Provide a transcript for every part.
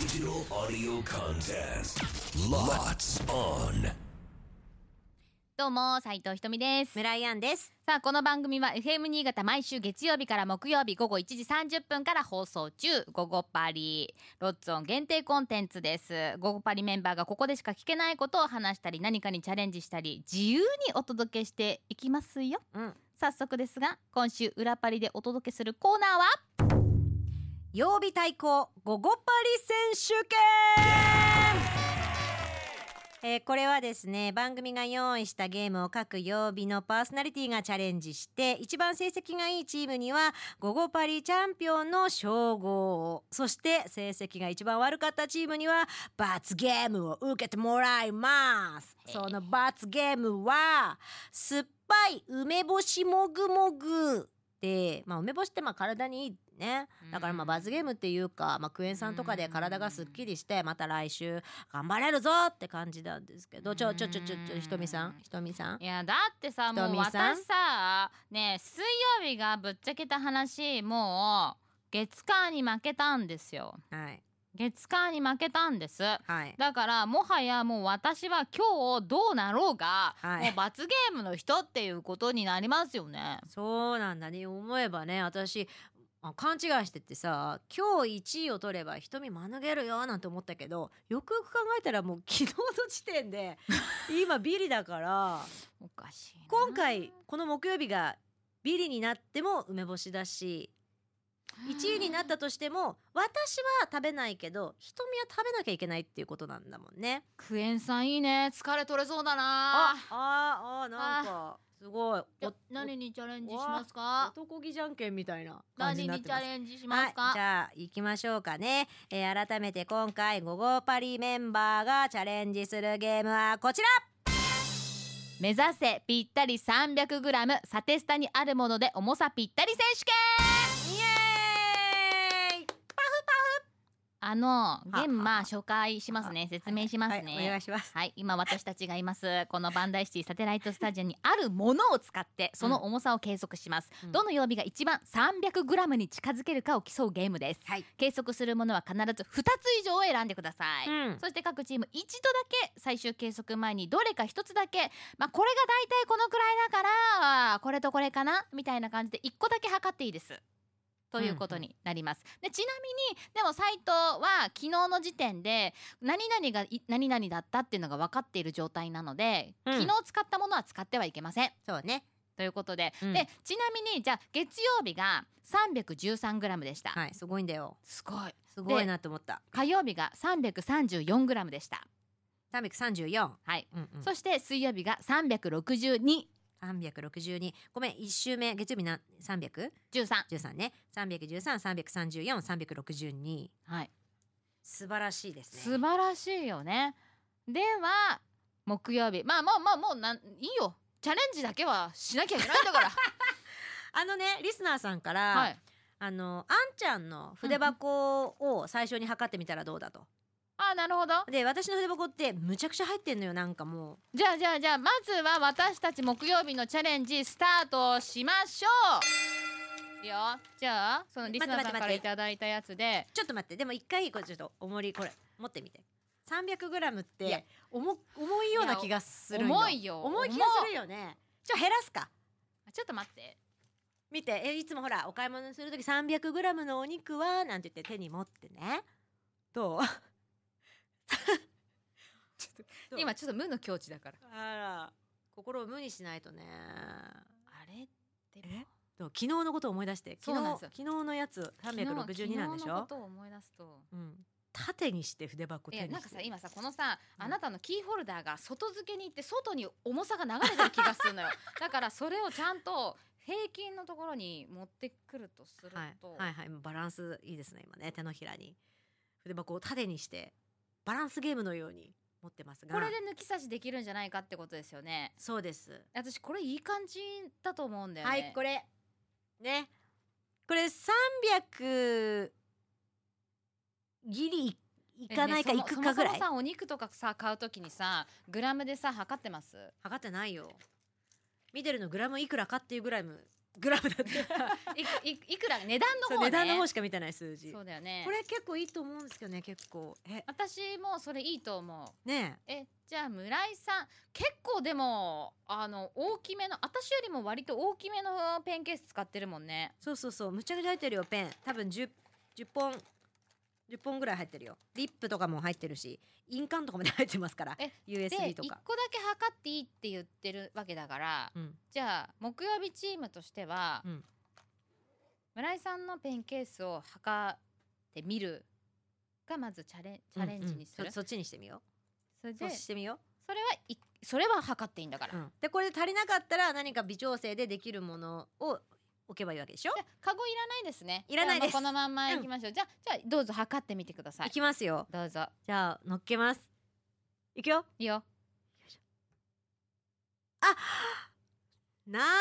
Digital audio contest. Lots on. どうも斉藤ひとみです。 村井杏です。 さあこの番組は FM 新潟毎週月曜日から木曜日午後1時30分から放送中。午後パリロッツオン限定コンテンツです。午後パリメンバーがここでしか聞けないことを話したり何かにチャレンジしたり自由にお届けしていきますよ、早速ですが今週裏パリでお届けするコーナーは曜日対抗午後パリ選手権。これはですね、番組が用意したゲームを各曜日のパーソナリティがチャレンジして、一番成績がいいチームには午後パリチャンピオンの称号を、そして成績が一番悪かったチームには罰ゲームを受けてもらいます。その罰ゲームは酸っぱい梅干しもぐもぐで、梅干しって体にいいね。だから罰ゲームっていうか、クエン酸とかで体がすっきりしてまた来週頑張れるぞって感じなんですけど、ひとみさんいやだってさ、もう私さね、水曜日がぶっちゃけた話、もう月火に負けたんですよ。月火に負けたんです、だからもはやもう私は今日どうなろうが、もう罰ゲームの人っていうことになりますよね。 そうなんだね。思えばね、私勘違いしててさ、今日1位を取れば瞳免れるよなんて思ったけど、よくよく考えたらもう昨日の時点で今ビリだからおかしいな。 今回この木曜日がビリになっても梅干しだし、1位になったとしても私は食べないけど瞳は食べなきゃいけないっていうことなんだもんね。 クエン酸いいね。疲れ取れそうだな。 なんかすごい。 何にチャレンジしますか？ 男気じゃんけんみたいな感じになってます。 何にチャレンジしますか？ じゃあ行きましょうかね。改めて今回午後パリメンバーがチャレンジするゲームはこちら。 目指せぴったり 300g サテスタにあるもので重さぴったり選手権。 イエーイ。 ゲーム紹介しますね。説明しますね。 お願いします。 今私たちがいますこのバンダイシティサテライトスタジオにあるものを使ってその重さを計測します、どの曜日が一番 300g に近づけるかを競うゲームです、計測するものは必ず2つ以上を選んでください、そして各チーム一度だけ最終計測前にどれか1つだけ、これが大体このくらいだからこれとこれかなみたいな感じで1個だけ測っていいですということになります、でちなみにでも斉藤は昨日の時点で何々が何々だったっていうのが分かっている状態なので、昨日使ったものは使ってはいけません。 そうね。 ということで、でちなみにじゃあ月曜日が 313g でした。 すごいんだよ。 すごいなと思った。 火曜日が 334g でした。 334。 そして水曜日が362。 362。ごめん、1週目月曜日313ね。313、334、362。素晴らしいですね。 素晴らしいよね。では木曜日、もういいよ、チャレンジだけはしなきゃいけないんだからリスナーさんから、あんちゃんの筆箱を最初に測ってみたらどうだと。 なるほど。 で私の筆箱ってむちゃくちゃ入ってんのよ。なんかもうじゃあまずは私たち木曜日のチャレンジスタートしましょう。いいよ。じゃあそのリスナーさんからいただいたやつでちょっと待って、でも一回これちょっと重りこれ持ってみて。300g って重いような気がするよ。重い気がするよね。減らすか。 ちょっと待って見て。いつもほらお買い物するとき 300g のお肉はなんて言って手に持ってね。どう今ちょっと無の境地だから。 心を無にしないとね。 でも昨日のことを思い出して。昨日のやつ362なんでしょ。 昨日のことを思い出すと、 縦にして筆箱手にして。 なんかさ今さこのさ、あなたのキーホルダーが外付けに行って外に重さが流れてる気がするのよだからそれをちゃんと平均のところに持ってくるとすると、 バランスいいですね今ね。手のひらに筆箱を縦にしてバランスゲームのように持ってますが、 これで抜き差しできるんじゃないかってことですよね。 そうです。 私これいい感じだと思うんだよね。 これね、これ300ギリいかないかいくかぐらい。 そもそもさお肉とかさ買うときにさグラムでさ測ってます？ 測ってないよ。見てるのグラムいくらかっていうぐらいグラムだっていくら値段の方ね。 値段の方しか見てない数字。 そうだよね。 これ結構いいと思うんですけどね。結構私もそれいいと思うね。 じゃあ村井さん結構でも大きめの、私よりも割と大きめのペンケース使ってるもんね。 そうむちゃくちゃ入ってるよ。ペン多分10本ぐらい入ってるよ。リップとかも入ってるし印鑑とかも入ってますから。USB とか 1個だけ測っていいって言ってるわけだから、じゃあ木曜日チームとしては、村井さんのペンケースを測ってみるがまずチャレンジにする。 そっちにしてみよう。そうしてみよう。 それは測っていいんだから、 でこれで足りなかったら何か微調整でできるものを置けばいいわけでしょ。 じゃカゴいらないですね。 いらないです。 このまんまいきましょう。じゃあどうぞ測ってみてください。 いきますよ。 どうぞ。 じゃあ乗っけます。いくよ。 いいよ。 あ、なるほど。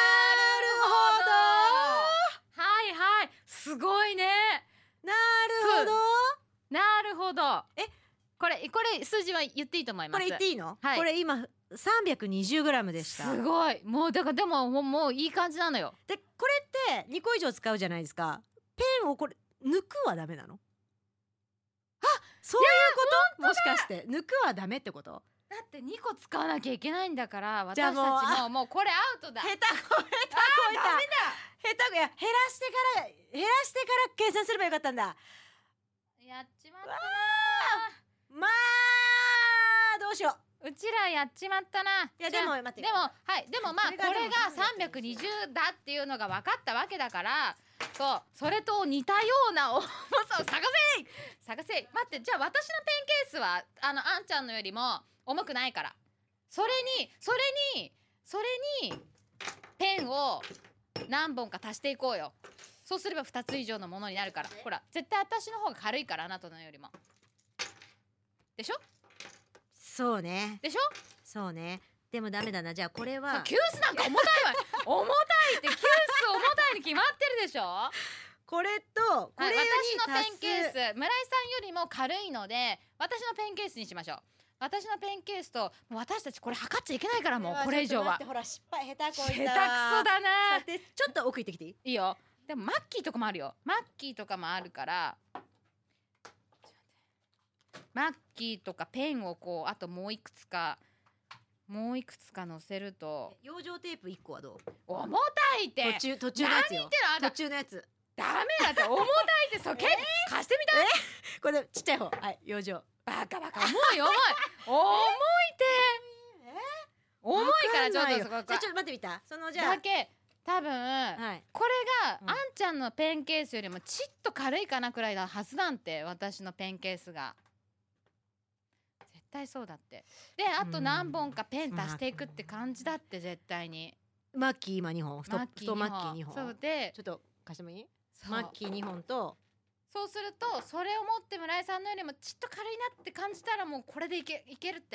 はいはい、すごいね。 なるほど。 なるほど。これ数字は言っていいと思います。 これ言っていいの？ はい。 これ今320gでした。 すごい。もうだからでももういい感じなのよ。 でこれって2個以上使うじゃないですか。ペンをこれ抜くはダメなの？あ、そういうこと？もしかして抜くはダメってこと？ だって2個使わなきゃいけないんだから私じゃあたちもうこれアウトだ。 下手こいた。 ダメだ。 下手いや減らしてから計算すればよかったんだ。 やっちまったな。 まあどうしよう。うちらやっちまったな。 いやでも待って。 でもまあこれが320だっていうのが分かったわけだから、それと似たような重さを探せ。待って、じゃあ私のペンケースはあんちゃんのよりも重くないから、それにペンを何本か足していこうよ。そうすれば2つ以上のものになるから。ほら絶対私の方が軽いから、あなたのよりも。でしょ。 そうね。 でしょ。 そうね。でもダメだな。じゃあこれはキュースなんか重たいわ。重たいってキュース重たいに決まってるでしょ。 これとこれに私のペンケース、村井さんよりも軽いので私のペンケースにしましょう。私のペンケースと私たちこれ測っちゃいけないから、もうこれ以上は。 ほら失敗下手こいた。 下手くそだな。 ちょっと奥行ってきていい？ いいよ。でもマッキーとかもあるよ。マッキーとかもあるから、マッキーとかペンをこうあともういくつか乗せると。 養生テープ1個はどう？ 重たいって。 途中のやつよ。 何言ってるあんた。 途中のやつダメだって、重たいって。貸してみたい。 これちっちゃい方。はい、養生。 バカ重いって重いからちょっとそこちょっと待ってみた。そのじゃあだけ多分、これがあんちゃんのペンケースよりもちっと軽いかなくらいだはずなんて、私のペンケースが絶対そうだって。であと何本かペン足していくって感じだって、絶対に。 マッキー今2本、太マッキー2本。 そうでちょっと貸してもいい？マッキー2本と、 そうするとそれを持って村井さんのよりもちっと軽いなって感じたら、もうこれでいけるって。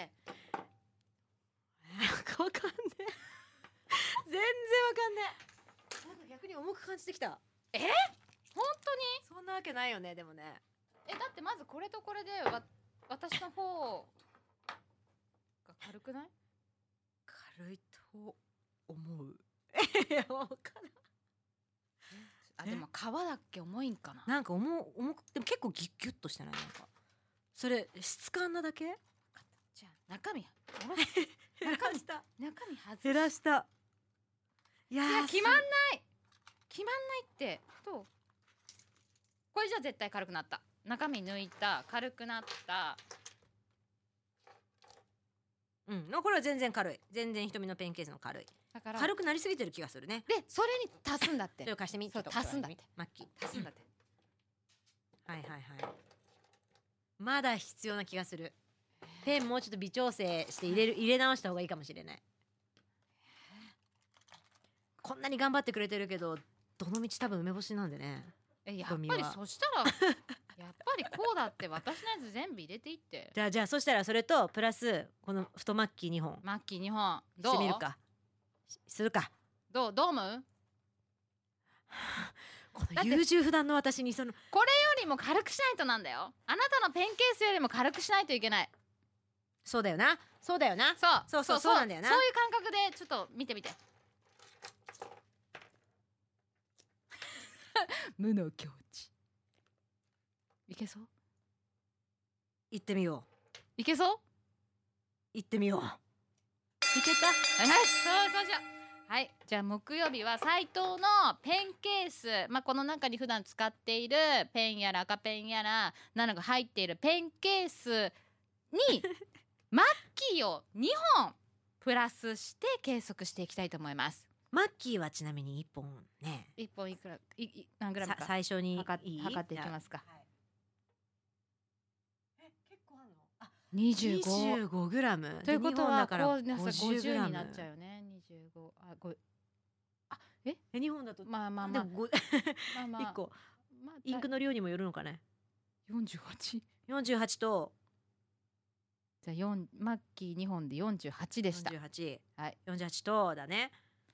わかんねえ。全然わかんねえ。なんか逆に重く感じてきた。 本当に？ そんなわけないよね。でもね。 だってまずこれとこれで私の方が軽くない？ 軽いと思う。いやわかんない。 でも皮だっけ重いんかな。 なんか重くでも結構ギュッとしてない？なんかそれ質感なだけ？ じゃあ中身減らした。 中身外減らした。いや決まんないってどう？これじゃ絶対軽くなった。中身抜いた、軽くなった。 これは全然軽い。全然瞳のペンケースの軽い。だから軽くなりすぎてる気がするね。 でそれに足すんだって。 それを貸してみ。 そう足すんだって。 マッキー足すんだって。 はい。まだ必要な気がする。ペンもうちょっと微調整して入れ直した方がいいかもしれない。こんなに頑張ってくれてるけど、どの道多分梅干しなんでね。 やっぱりそしたらやっぱりこうだって。私のやつ全部入れていって。 じゃあそしたらそれとプラスこの太マッキー2本。 マッキー2本どうしてみるか。するか。 どう思う？ この優柔不断の私にこれよりも軽くしないとなんだよ。あなたのペンケースよりも軽くしないといけない。 そうだよな。そうなんだよな。 そういう感覚でちょっと見てみて。 無の境地。いけそう？ 行ってみよう。 いけそう？ 行ってみよう。 いけた。はい、そうしよう。はい、じゃあ木曜日は斉藤のペンケース、この中に普段使っているペンやら赤ペンやらなどが入っているペンケースにマッキーを2本プラスして計測していきたいと思います。 マッキーはちなみに1本ね、 1本いくら何グラムか最初に測っていきますか。 はい、結構あるの？あ、 25 グラムということはこう 50 になっちゃうよね。25 2本だとまあでも1個インクの量にもよるのかね。48とじゃあマッキー2本で48でした。 48、 はい、 48とだね。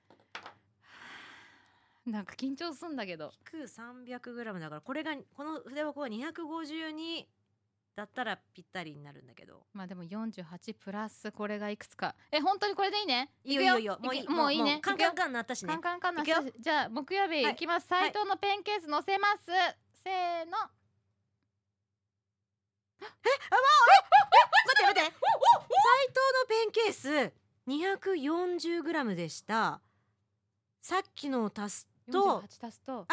なんか緊張すんだけど。 引く 300g だから、この筆箱は252だったらぴったりになるんだけど、 でも48プラスこれがいくつか。本当にこれでいいね。 いいよいいよ、もういいね。カンカンカンなったしね。 カンカンカンなったし。じゃあ木曜日いきます。斉藤のペンケース乗せます。せーの。 待って斉藤のペンケース 240g でした。さっきの足すと 48足すと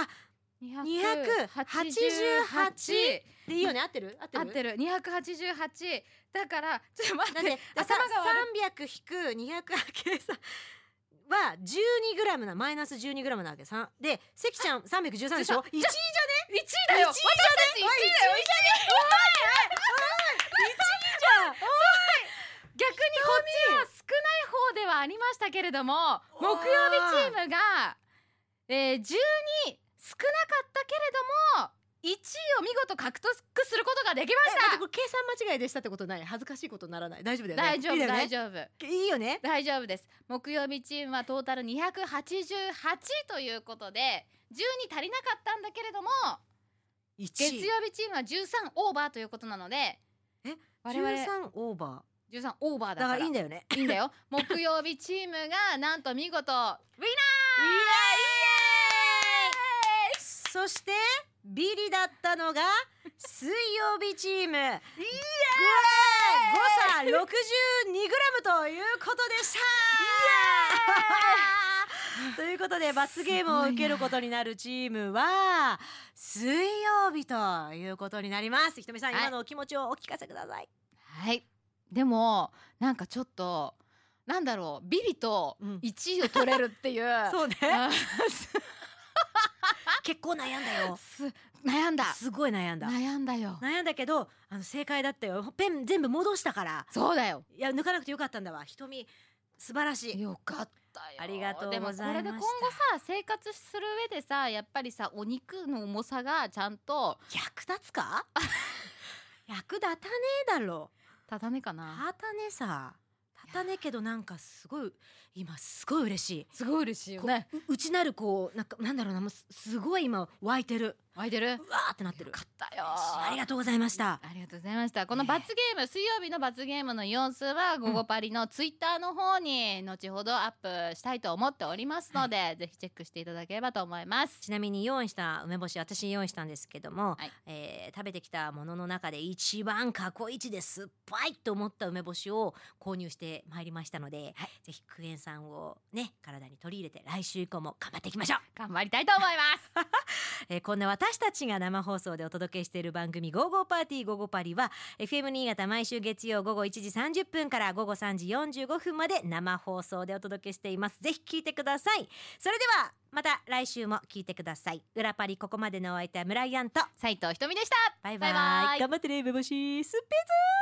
288でいいよね。合ってる合ってる。288だから、ちょっと待って、 頭が300引く200計算は 12g な、マイナス 12g なわけで、関ちゃん313でしょ。1位じゃね？ 1位だよ。私たち1位だよ。逆にこっちは少ない方ではありましたけれども、木曜日チームが、12少なかったけれども1位を見事獲得することができました。 これ計算間違いでしたってことない？恥ずかしいことにならない？大丈夫だよね？ 大丈夫、大丈夫、 いいよね？ 大丈夫です。木曜日チームはトータル288ということで12足りなかったんだけれども、月曜日チームは13オーバーということなので、 我々13オーバー 13オーバーだからいいんだよね。 いいんだよ。木曜日チームがなんと見事ウィナー。 そしてビリだったのが水曜日チーム。誤差 62g ということでした。ということで罰ゲームを受けることになるチームは水曜日ということになります。ひとみさん、今のお気持ちをお聞かせください。 はい、でもなんかちょっとなんだろう、ビリと1位を取れるっていう、 そうね結構悩んだよ。 悩んだ。 すごい悩んだ。 悩んだよ。 悩んだけど正解だったよ。ペン全部戻したから。 そうだよ。 いや、抜かなくてよかったんだわ。ひとみ素晴らしい。 よかったよ。 ありがとうございました。 でもこれで今後さ、生活する上でさ、やっぱりさ、お肉の重さがちゃんと役立つか役立たねえだろ。 立たねかな。 立たねえさ。立たねえけど、なんかすごい今すごい嬉しい。 すごい嬉しいよね。 内なるなんだろうな、もうすごい今湧いてる。 湧いてる。 うわーってなってる。 よかったよ。 ありがとうございました。 ありがとうございました。この罰ゲーム、水曜日の罰ゲームの様子は午後パリのツイッターの方に後ほどアップしたいと思っておりますので、ぜひチェックしていただければと思います。 ちなみに用意した梅干し、私用意したんですけども、 はい、 食べてきたものの中で一番過去一で酸っぱいと思った梅干しを購入してまいりましたので、はい、ぜひクエン酸をね、体に取り入れて来週以降も頑張っていきましょう。 頑張りたいと思います。 こんな私たちが生放送でお届けしている番組ゴーゴーパーティーゴーゴーパリは FM 新潟毎週月曜午後1時30分から午後3時45分まで生放送でお届けしています。ぜひ聞いてください。それではまた来週も聞いてください。裏パリ、ここまでのお相手は村井アンと斉藤ひとみでした。 バイバイ。 バイバイ。 頑張ってね、梅干しすっぺーぞー。